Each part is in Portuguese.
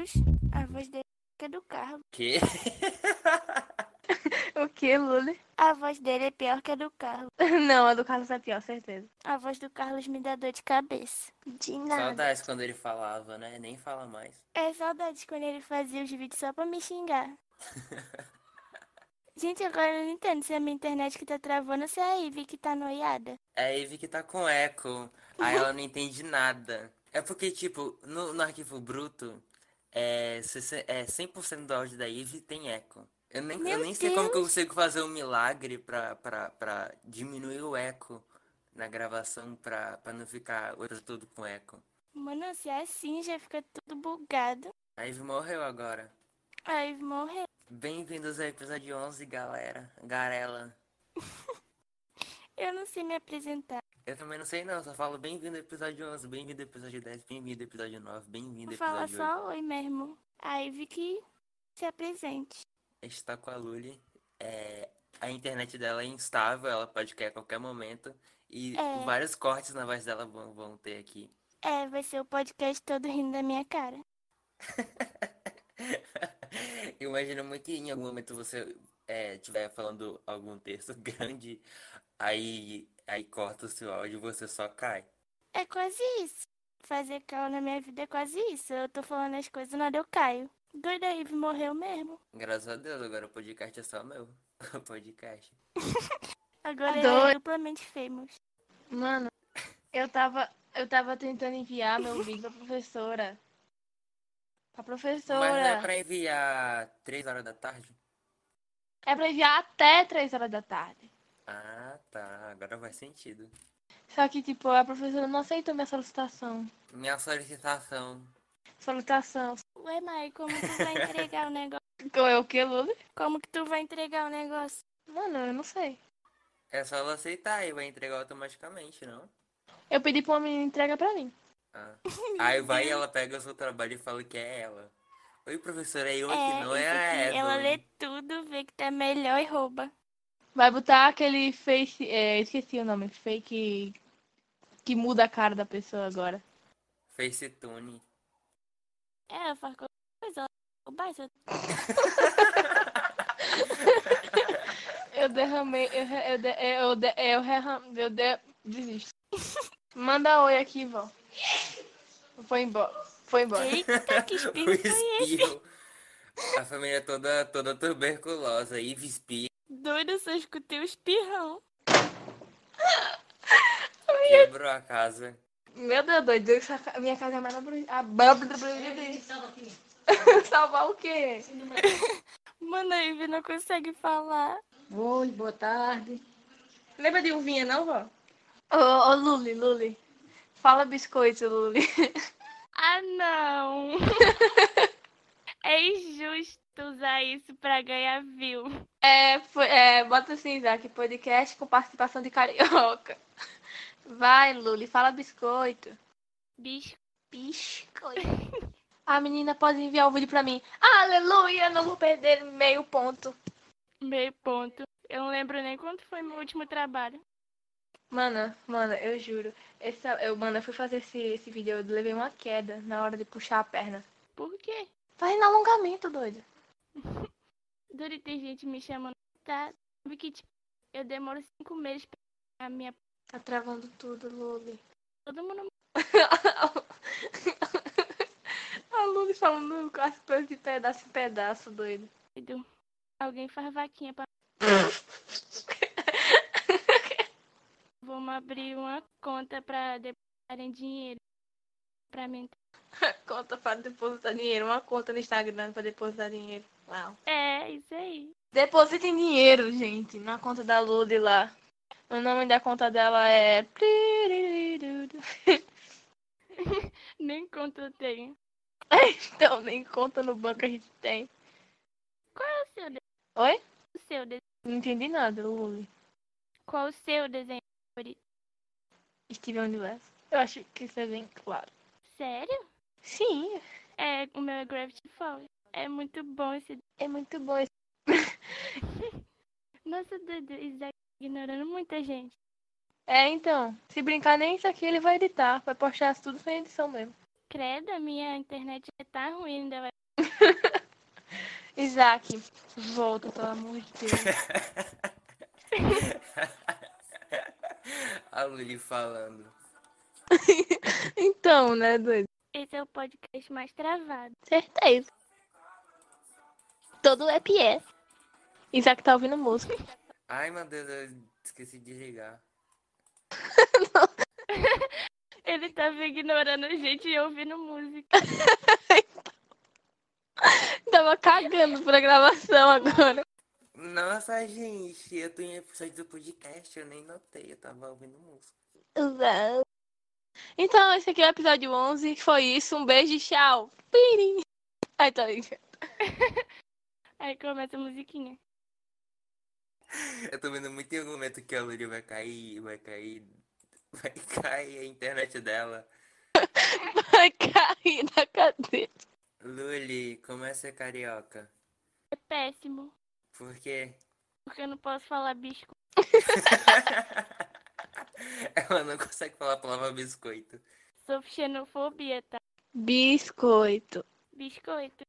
Carlos. A voz dele é do Carlos. Que? O que, Luli? A voz dele é pior que a do Carlos. Não, a do Carlos é pior, certeza. A voz do Carlos me dá dor de cabeça. De nada. Saudades quando ele falava, né? Nem fala mais. É saudade quando ele fazia os vídeos só pra me xingar. Gente, agora eu não entendo se é a minha internet que tá travando ou se é a Ivy que tá noiada. É a Ivy que tá com eco. Aí ela não entende nada. É porque, tipo, no arquivo bruto, 100% do áudio da Ivy tem eco. Eu nem sei como que eu consigo fazer um milagre pra diminuir o eco na gravação pra não ficar o episódio todo com eco. Mano, se é assim já fica tudo bugado. A Ivy morreu agora. A Ivy morreu. Bem-vindos ao episódio 11, galera. Garela. Eu não sei me apresentar. Eu também não sei não, só falo bem-vindo ao episódio 11, bem-vindo ao episódio 10, bem-vindo ao episódio 9, bem-vindo Vou ao falar episódio 8. só oi mesmo. A Ivy que se apresente. A gente tá com a Luli, a internet dela é instável, ela pode cair a qualquer momento, e vários cortes na voz dela vão ter aqui. Vai ser o podcast todo rindo da minha cara. Imagina muito que em algum momento você estiver falando algum texto grande, aí corta o seu áudio e você só cai. É quase isso. Fazer cal na minha vida é quase isso. Eu tô falando as coisas, nada eu caio. Doida, a Ivy morreu mesmo. Graças a Deus, agora o podcast é só meu. O podcast. Agora ele é duplamente famous. Mano, eu tava tentando enviar meu vídeo pra professora. Mas não é pra enviar 3 horas da tarde? É pra enviar até 3 horas da tarde. Ah, tá. Agora faz sentido. Só que, tipo, a professora não aceitou minha solicitação. Minha solicitação. Ué, Mai, como tu vai entregar o negócio? É o que, Luli? Como que tu vai entregar o negócio? Mano, eu não sei. É só ela aceitar e vai entregar automaticamente, não? Eu pedi pra uma menina entrega pra mim. Ah. Aí vai e ela pega o seu trabalho e fala que é ela. Oi, professora, é eu aqui, não esse é a aqui, ela Evelyn. lê tudo, vê que tá melhor e rouba. Vai botar aquele face... esqueci o nome. Fake... Que muda a cara da pessoa agora. Facetune. Ela faz qualquer coisa, ela rouba isso. Eu derramei... Desisto. Manda oi aqui, vó. Foi embora. Eita, que espirro O foi esse? espirro. A família toda tuberculosa. Eve espirro. Doido, só escutei o espirrão. Quebrou a casa. Meu Deus, doido. Minha casa é maravilhosa. Salvar o quê? Mano, a Ivy não consegue falar. Oi, boa tarde. Lembra de uvinha, não, vó? Ô, Luli. Fala biscoito, Luli. Ah, não. É injusto usar isso pra ganhar view. Bota assim, Isaac, podcast com participação de carioca. Vai, Luli, fala biscoito. Biscoito. A menina pode enviar o vídeo pra mim. Aleluia, não vou perder meio ponto. Meio ponto. Eu não lembro nem quanto foi meu último trabalho. Mano, eu juro. Eu fui fazer esse vídeo, eu levei uma queda na hora de puxar a perna. Por quê? Fazendo alongamento, doido. Dori, tem gente me chamando. Tá? Sabe que, tipo, eu demoro 5 meses pra a minha... Tá travando tudo, Luli. Todo mundo... A Luli falando com as coisas de pedaço em pedaço, doido. Alguém faz vaquinha pra... Vamos abrir uma conta pra depositarem dinheiro pra mim. Conta para depositar dinheiro. Uma conta no Instagram para depositar dinheiro. Uau. É, isso aí. Depositem dinheiro, gente, na conta da Luli lá. O nome da conta dela é... Nem conta eu tenho. Então, nem conta no banco a gente tem. Qual é o seu desenho? Oi? O seu desenho? Não entendi nada, Luli. Qual o seu desenho favorito? Steven Universo. Eu acho que isso é bem claro. Sério? Sim, O meu é Gravity Falls. É muito bom esse... é muito bom esse... Nossa, doido, Isaac ignorando muita gente. Então, se brincar nem isso aqui ele vai editar. Vai postar tudo sem edição mesmo. Credo, a minha internet tá ruim, ainda vai Isaac, volta, pelo amor de Deus. A Luli falando. Então, né, doido? Esse é o podcast mais travado. Certeza. Todo app é. Isaac tá ouvindo música. Ai, meu Deus, eu esqueci de ligar. Ele tava ignorando a gente e ouvindo música. Tava cagando pra gravação agora. Nossa, gente, eu tô em episódio do podcast, eu nem notei, eu tava ouvindo música. Exato. Então, esse aqui é o episódio 11. Foi isso. Um beijo e tchau. Pirim. Ai, tá aí. Aí começa a musiquinha. Eu tô vendo muito em algum momento que a Luli vai cair a internet dela. Vai cair na cadeira. Luli, como é ser carioca? É péssimo. Por quê? Porque eu não posso falar bisco. Ela não consegue falar a palavra biscoito. Sou xenofobia, tá? Biscoito. Biscoito.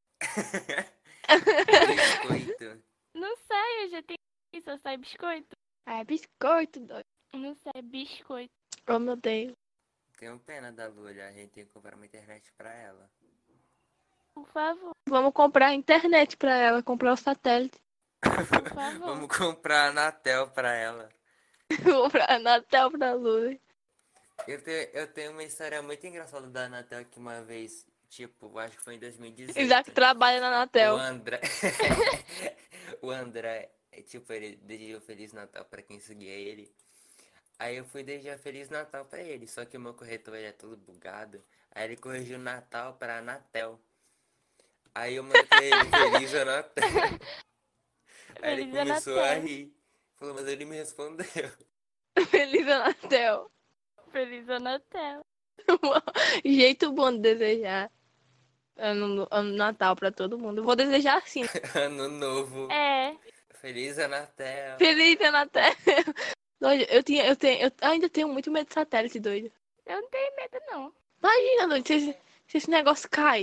Biscoito. Não sai, eu já tenho isso. Só sai biscoito. Ah, é biscoito, doido. Não sai biscoito. Oh, meu Deus. Tenho pena da Luli, a gente tem que comprar uma internet pra ela. Por favor, Vamos comprar a internet pra ela. Comprar o satélite. por favor. Vamos comprar a Anatel pra ela. Comprar a Natal pra Lula. Eu tenho uma história muito engraçada da Anatel que uma vez, tipo, acho que foi em 2018. Isaac trabalha na O Natel. André. O André, tipo, ele desejou Feliz Natal pra quem seguia ele. Aí eu fui desejar Feliz Natal pra ele, só que o meu corretor ele é todo bugado. Aí ele corrigiu Natal pra Anatel. Aí eu mandei pra ele Feliz Natal. Aí ele Feliz começou a Anatel. rir. Falou, mas ele me respondeu. Feliz Natal. Feliz Natal. Jeito bom de desejar ano Natal pra todo mundo. Eu vou desejar assim. Ano novo. É. Feliz Natal. Feliz Natal. Doido, eu ainda tenho muito medo de satélite, doido. Eu não tenho medo, não. Imagina, doido, se esse negócio cai.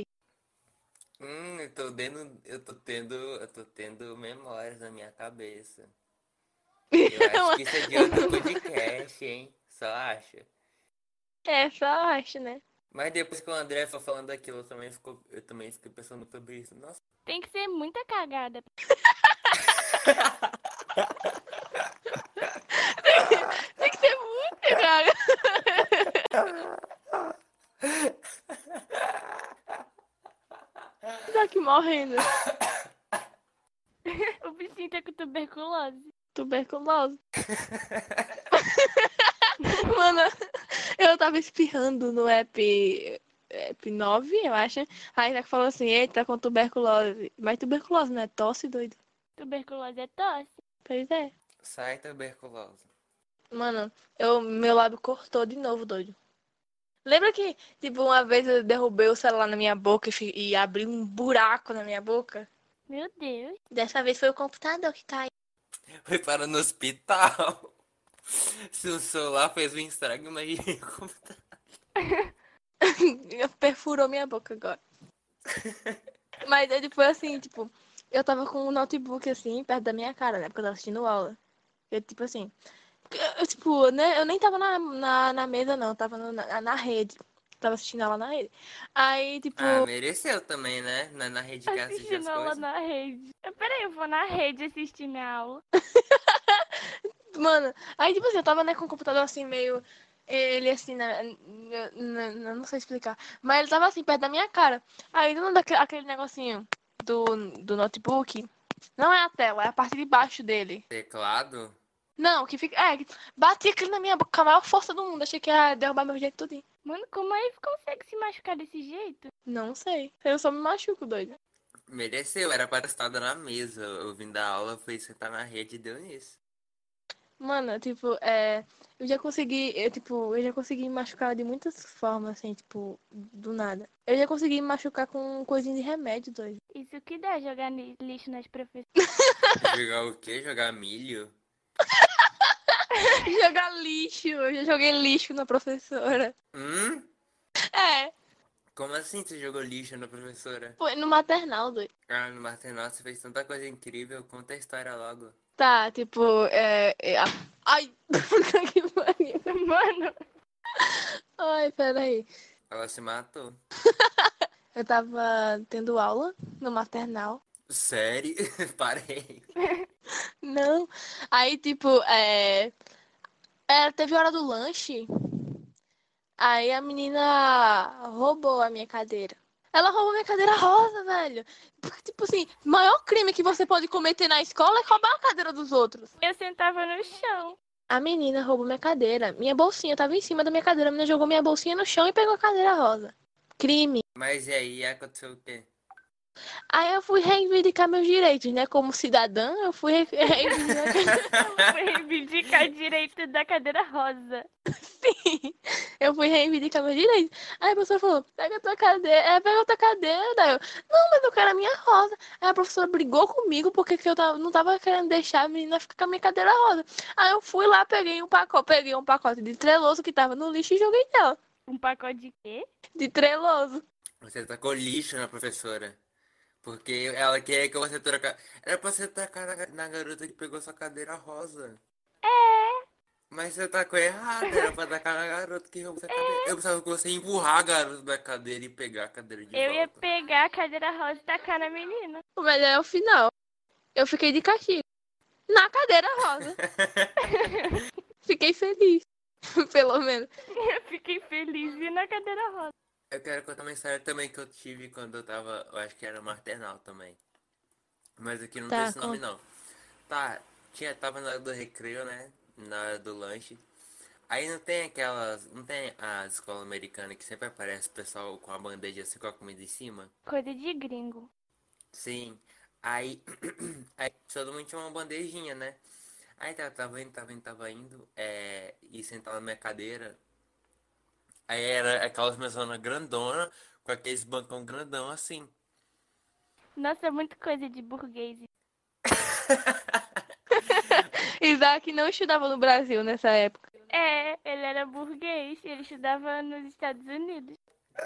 Eu tô tendo memórias na minha cabeça. Eu acho que isso é de outro podcast, hein? Só acha. É, só acho, né? Mas depois que o André foi falando aquilo, eu também fiquei pensando sobre isso. Nossa. Tem que ser muita cagada. Tem que ser muito, cara. Tá aqui morrendo. O bichinho tá com tuberculose. Tuberculose. Mano, eu tava espirrando no app 9, eu acho. Aí ele falou assim, eita, tá com tuberculose. Mas tuberculose não é tosse, doido? Tuberculose é tosse. Pois é. Sai tuberculose. Mano, meu lábio cortou de novo, doido. Lembra que, tipo, uma vez eu derrubei o celular na minha boca e abri um buraco na minha boca? Meu Deus. Dessa vez foi o computador que caiu. Foi para no hospital. Se o celular fez um estrago, imagina como tá. Perfurou minha boca agora. Mas ele foi assim, tipo, eu tava com um notebook assim, perto da minha cara, né? Porque eu tava assistindo aula. Eu, tipo assim, tipo, né? Eu nem tava na mesa, não, eu tava na rede. Tava assistindo aula na rede. Aí, tipo. Ah, mereceu também, né? Na rede que assiste as Assistindo aula coisas. na rede. Peraí, eu vou na rede assistir minha aula. Mano, aí, tipo assim, eu tava, né, com o computador assim, meio. Ele assim, não sei explicar. Mas ele tava assim, perto da minha cara. Aí, não daquele negocinho do notebook. Não é a tela, é a parte de baixo dele. Teclado? Não, que fica. É, bati aquilo na minha boca com a maior força do mundo. Achei que ia derrubar meu jeito tudinho. Mano, como aí consegue se machucar desse jeito? Não sei. Eu só me machuco, doido. Mereceu, era para estar na mesa. Ouvindo a aula, foi sentar na rede e deu nisso. Mano, tipo, eu já consegui me machucar de muitas formas, assim, tipo, do nada. Eu já consegui me machucar com coisinha de remédio, doido. Isso que dá jogar lixo nas professoras. Jogar o quê? Jogar milho? Jogar lixo, eu já joguei lixo na professora. Hum? É, Como assim você jogou lixo na professora? Foi no maternal, doido. Ah, no maternal você fez tanta coisa incrível. Conta a história logo. Tá, tipo, ai, puta que pariu. Mano, Ai, peraí. Ela se matou. Eu tava tendo aula no maternal. Sério? Parei. Não. Aí, tipo, teve hora do lanche. Aí a menina roubou a minha cadeira. Ela roubou minha cadeira rosa, velho. Porque, tipo assim, o maior crime que você pode cometer na escola é roubar a cadeira dos outros. eu sentava no chão. A menina roubou minha cadeira. Minha bolsinha tava em cima da minha cadeira. A menina jogou minha bolsinha no chão e pegou a cadeira rosa. Crime. Mas e aí, aconteceu o quê? Aí eu fui reivindicar meus direitos, né? Como cidadã, eu fui reivindicar. Fui reivindicar direito da cadeira rosa. Sim, eu fui reivindicar meus direitos. Aí a professora falou: pega a tua cadeira. Pega a tua cadeira. Aí eu, não, mas eu quero a minha rosa. Aí a professora brigou comigo porque que não tava querendo deixar a menina ficar com a minha cadeira rosa. Aí eu fui lá, peguei um pacote de treloso que tava no lixo e joguei nela. Um pacote de quê? De treloso. Você tacou lixo na professora. Porque ela queria que você trocar. Era pra você tacar na garota que pegou sua cadeira rosa. É, Mas você tacou errado, era pra tacar na garota que roubou sua cadeira. Eu precisava que você empurrar a garota da cadeira e pegar a cadeira de eu ia volta. pegar a cadeira rosa e tacar na menina. O melhor é o final. Eu fiquei de castigo. Na cadeira rosa. Fiquei feliz. Pelo menos. Eu fiquei feliz e na cadeira rosa. Eu quero contar uma história também que eu tive quando eu tava, eu acho que era maternal também. Mas aqui não tem Tá, esse nome não. Tá, tava na hora do recreio, né? Na hora do lanche. Aí não tem as escolas americanas que sempre aparece o pessoal com a bandeja assim com a comida em cima? Coisa de gringo. Sim. Aí, aí todo mundo tinha uma bandejinha, né? Aí tava indo, e sentava na minha cadeira. Aí era aquelas mesonas grandona, com aqueles bancão grandão assim. Nossa, é muito coisa de burguês. Isaac não estudava no Brasil nessa época. É, ele era burguês. Ele estudava nos Estados Unidos.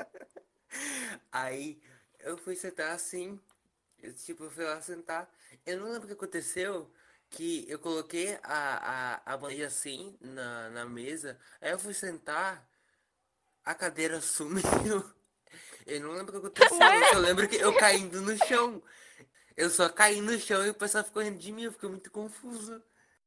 Aí eu fui sentar assim, eu fui lá sentar. Eu não lembro o que aconteceu, que eu coloquei a bandeja assim na mesa. Aí eu fui sentar, a cadeira sumiu. Eu não lembro o que aconteceu, eu só lembro que eu caindo no chão. Eu só caí no chão e o pessoal ficou rindo de mim, eu fiquei muito confuso.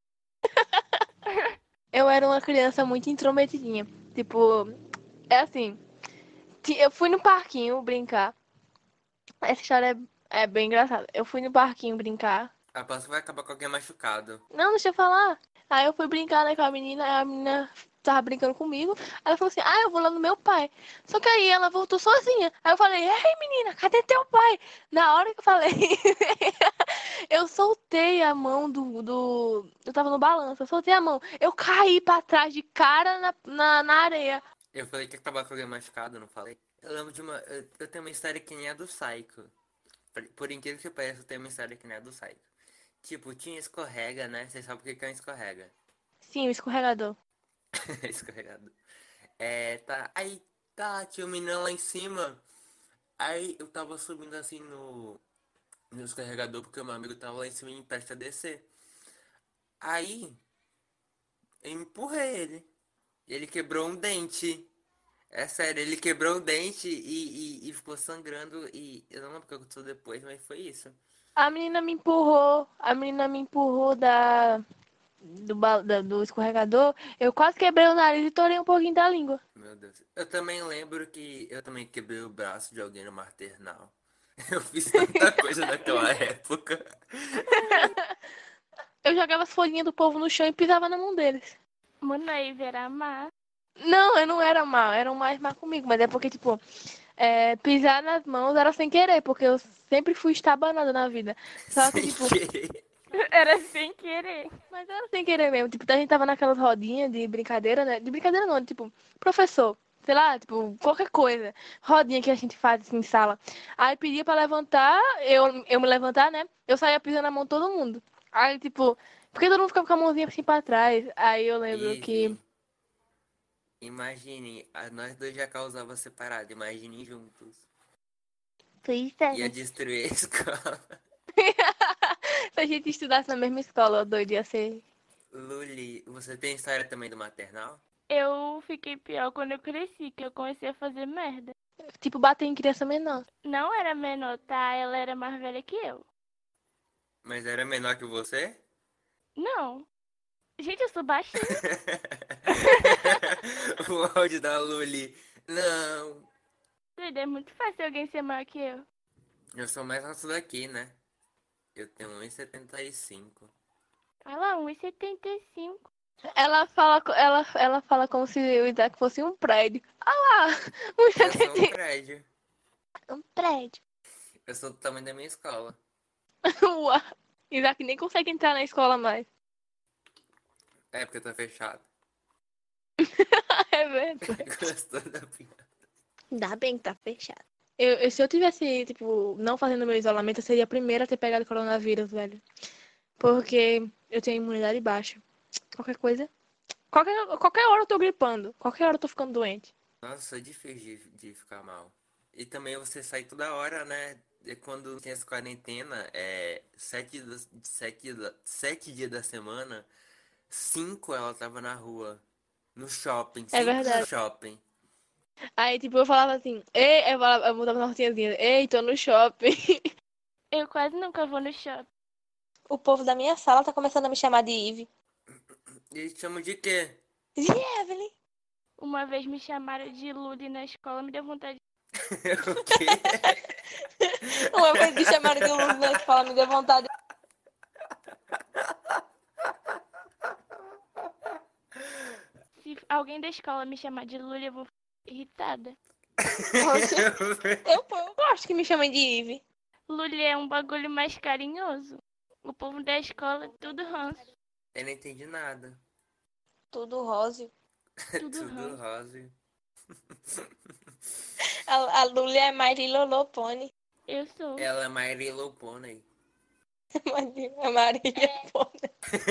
Eu era uma criança muito intrometidinha. Tipo, é assim. Eu fui no parquinho brincar. Essa história é bem engraçada. Eu fui no parquinho brincar. A próxima vai acabar com alguém machucado. Não, deixa eu falar. Aí eu fui brincar, né, com a menina. Aí a menina tava brincando comigo. Aí ela falou assim: eu vou lá no meu pai. Só que aí ela voltou sozinha. Aí eu falei: ei, menina, cadê teu pai? Na hora que eu falei, eu soltei a mão Eu tava no balanço, eu soltei a mão. Eu caí pra trás de cara na areia. Eu falei que acabar com alguém machucado, não falei? Eu lembro de uma. Eu tenho uma história que nem a do Psycho. Por incrível que pareça, eu tenho uma história que nem a do Psycho. Tipo, tinha escorrega, né? Vocês sabem o que é um escorrega? Sim, o escorregador. Escorregado. Tá. Aí, tá, tinha um menino lá em cima. Aí eu tava subindo assim no escorregador porque o meu amigo tava lá em cima e me presta a descer. Aí, eu empurrei ele. Ele quebrou um dente. É sério, ele quebrou o dente e ficou sangrando. E eu não lembro o que aconteceu depois, mas foi isso. A menina me empurrou do escorregador. Eu quase quebrei o nariz e torei um pouquinho da língua. Meu Deus. Eu também lembro que eu também quebrei o braço de alguém no maternal. Eu fiz tanta coisa naquela época. Eu jogava as folhinhas do povo no chão e pisava na mão deles. Monoive era má. Não, eu não era má, eram mais má comigo, mas é porque, tipo, pisar nas mãos era sem querer, porque eu sempre fui estabanada na vida. Só que, Sem tipo, querer. Era sem querer. mas era sem querer mesmo. Tipo, a gente tava naquelas rodinhas de brincadeira, né? De brincadeira não, tipo, professor, sei lá, tipo, qualquer coisa. Rodinha que a gente faz assim, em sala. Aí pedia pra levantar, eu me levantar, né? Eu saía pisando na mão de todo mundo. Aí, tipo, porque todo mundo ficava com a mãozinha assim pra trás. Aí eu lembro que. Ive. Imaginem, nós dois já causava separado, imaginem juntos. Pois é. Ia destruir a escola. Se a gente estudasse na mesma escola, doido, ia ser. Luli, você tem história também do maternal? Eu fiquei pior quando eu cresci, que eu comecei a fazer merda. Tipo, bater em criança menor. Não era menor, tá? Ela era mais velha que eu. Mas era menor que você? Não. Gente, eu sou baixinha. O áudio da Luli. Não, Doido, é muito fácil alguém ser maior que eu. eu sou mais alto daqui, né? Eu tenho 1,75. Olha lá, 1,75. Ela fala como se o Isaac fosse um prédio. Ah lá! Um Eu sou um prédio. um prédio. Eu sou do tamanho da minha escola. Uau. Isaac nem consegue entrar na escola mais. É, porque tá fechado. É verdade. Gostou da piada? Ainda bem que tá fechado. Se eu tivesse, tipo, não fazendo meu isolamento, eu seria a primeira a ter pegado coronavírus, velho. Porque eu tenho imunidade baixa. Qualquer coisa. Qualquer hora eu tô gripando. Qualquer hora eu tô ficando doente. Nossa, é difícil de ficar mal. E também você sai toda hora, né? E quando tem essa quarentena, 7 dias da semana, 5 ela tava na rua. No shopping, É sempre no verdade. shopping. Aí, tipo, eu falava assim, ei, eu mudava uma rotinhazinha, ei, tô no shopping. Eu quase nunca vou no shopping. O povo da minha sala tá começando a me chamar de Eve. E eles chamam de quê? De Evelyn. Uma vez me chamaram de Luli na escola, me deu vontade. O quê? Uma vez me chamaram de Luz na escola, me deu vontade. Se alguém da escola me chamar de Luli, eu vou ficar irritada. Eu gosto que me chamem de Eve. Luli é um bagulho mais carinhoso. O povo da escola, tudo ranço. Eu não entendi nada. Tudo rose. Tudo Tudo ranço. rosa. A Luli é Marilolopone. Eu sou. Ela é My Little Pony. A Marília Pônei.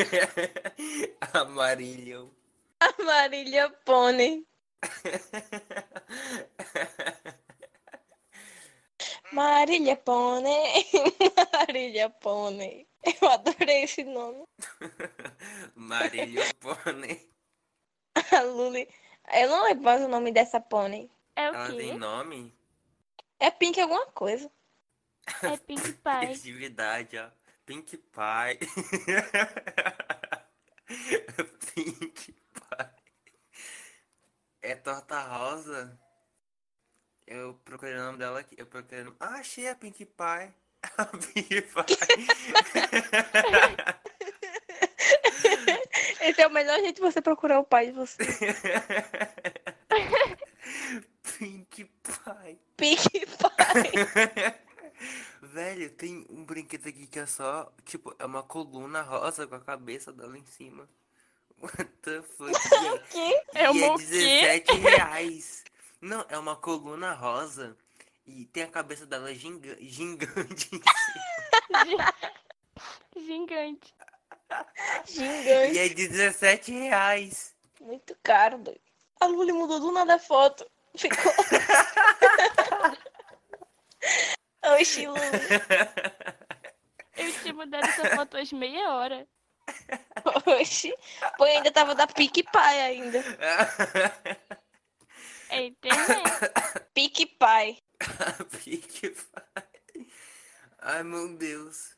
Amarilho. A Marília Pônei. Marília Pônei. Marília Pônei. Eu adorei esse nome. Marília Pônei. A Luli. Eu não lembro mais o nome dessa pônei. É o Ela tem quê? nome? É Pink alguma coisa. É Pink Pie. Criatividade, ó. Pink Pie. Pink Pie. É torta rosa? Eu procurei o nome dela aqui. Eu procurei. Ah, achei a Pink Pie. A Pink Pie. Esse é o melhor jeito de você procurar o pai de você. Pink Pie. Pink Pie. Velho, tem um brinquedo aqui que é só, tipo, é uma coluna rosa com a cabeça dela em cima. What the fuck? Que? É E é uma o quê? R$17. Não, é uma coluna rosa. E tem a cabeça dela gigante em cima. Gigante. E Gigante. é R$17. Muito caro, doido. A Luli mudou do nada a foto. Ficou. Oxi, Luli. Eu tinha mudado essa foto às meia hora. Oxi. Pô, ainda tava da Pink Pie ainda. É internet. Pink Pie. Pink Pie. Ai, meu Deus.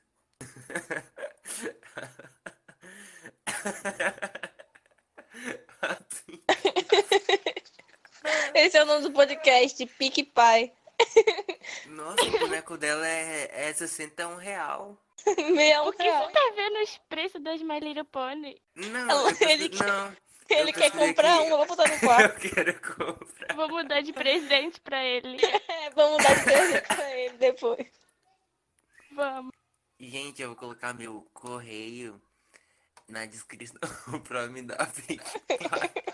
Esse é o nome do podcast, Pink Pie. Nossa, o boneco dela é R$61. Meu O que você tá vendo os preços das My Little Pony? Não, Ele quer- não. Ele Eu quer pesquisei comprar aqui. uma, vou botar no quarto. Eu quero comprar. Vou mudar de presente pra ele. Vamos dar de presente pra ele depois. Vamos. Gente, eu vou colocar meu correio na descrição pra me dar Pink Pie.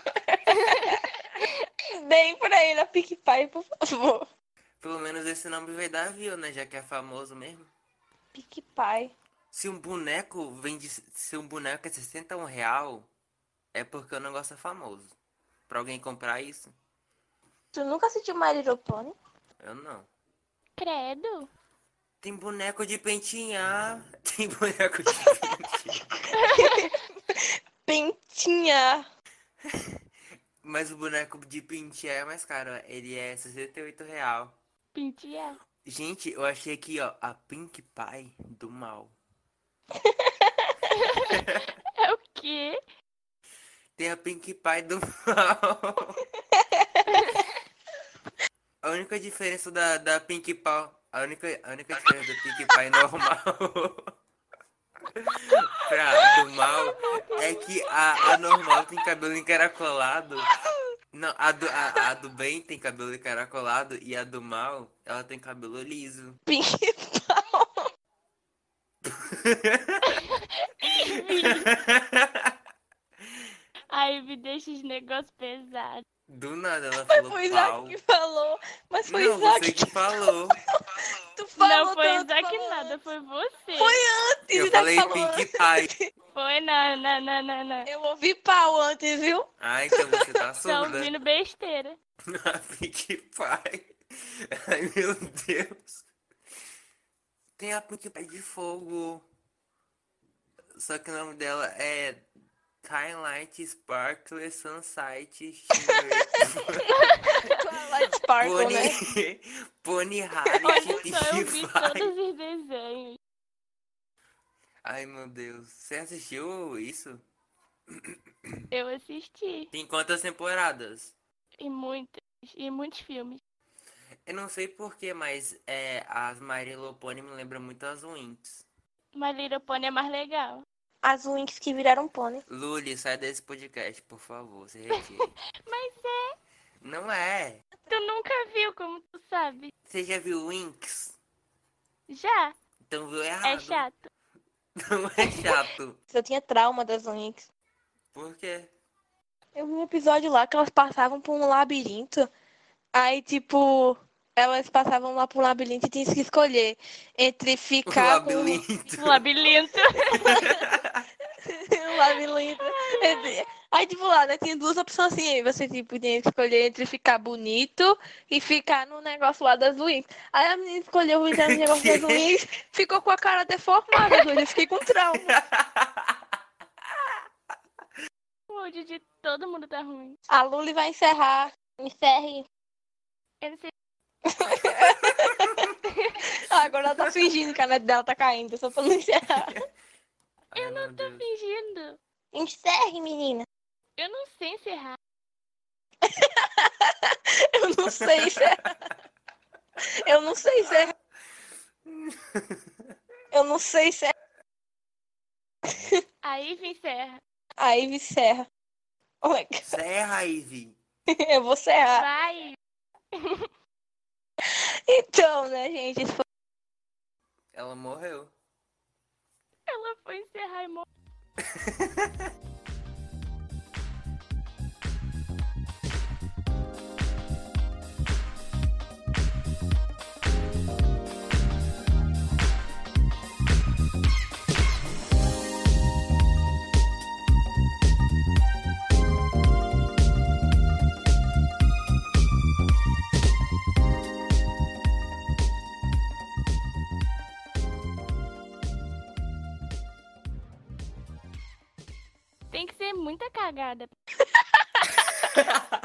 Deem pra ele a Pink Pie, por favor. Pelo menos esse nome vai dar view, né? Já que é famoso mesmo. Pink Pie. Se um boneco é R$61, é porque o negócio é famoso. pra alguém comprar isso? Tu nunca assistiu My Little Pony? Eu não. Credo. Tem boneco de pentear. Tem boneco de pentear. Pentinha. Mas o boneco de pentear é mais caro. Ele é R$ 68. Pentear. Gente, eu achei aqui, ó, a Pink Pie do mal. É o quê? Tem a Pink Pie do mal. A única diferença da Pink Pie... A única diferença da Pink Pie normal do mal é que a normal tem cabelo encaracolado. Não, a do bem tem cabelo encaracolado e a do mal, ela tem cabelo liso. Pink Aí me deixa os negócios pesados. Do nada ela Mas falou foi o pau. Isaac que falou. Mas foi o Não, Isaac você que falou. Tu falou. Não foi tanto, Isaac falou nada, antes. foi você. Foi antes, Eu Isaac falei falou Pink antes. Pie. Foi, não. Eu ouvi pau antes, viu? Ah, então você tá Tá surda. ouvindo besteira. A Pink Pie. Ai, meu Deus. Tem a Pink Pie de fogo. Só que o nome dela é Twilight Sparkle Sunset Shimmer. Twilight Sparkle, né? Pony Olha Harriet só, eu Pink vi Pie. todos os desenhos. Ai, meu Deus. Você assistiu isso? Eu assisti. Tem quantas temporadas? E muitos filmes. Eu não sei porquê, mas as My Little Pony me lembram muito as Winx. My Little Pony é mais legal. As Winx que viraram pônei. Luli, sai desse podcast, por favor, se retire. Mas é, Não é. tu nunca viu, como tu sabe. Você já viu Winx? Já, Então viu errado. é chato. Não é chato. Eu tinha trauma das Winx. Por quê? Eu vi um episódio lá que elas passavam por um labirinto. Aí, tipo, elas passavam lá por um labirinto e tinham que escolher entre O ficar com... labirinto. Labirinto. um labirinto. Aí, tipo, lá, né, tinha duas opções assim. Aí você, tipo, tinha que escolher entre ficar bonito e ficar no negócio lá das Winx. Aí a menina escolheu entrar no negócio das Winx, ficou com a cara deformada, doida. Eu fiquei com trauma. O áudio de todo mundo tá ruim. A Luli vai encerrar. Encerre. Eu não sei. Agora ela tá fingindo que a net dela tá caindo, só pra não encerrar. Ai, Eu não meu tô Deus. fingindo. Encerre, menina. Eu não sei encerrar. Eu não sei encerrar. Eu não sei encerrar. Eu não sei encerrar. Aí encerra. Aí encerra. Oh my God. Serra, Ivy. Eu vou encerrar. Vai. Então, né, gente? Isso foi... Ela morreu. Ela foi encerrar e morreu. Tem que ser muita cagada.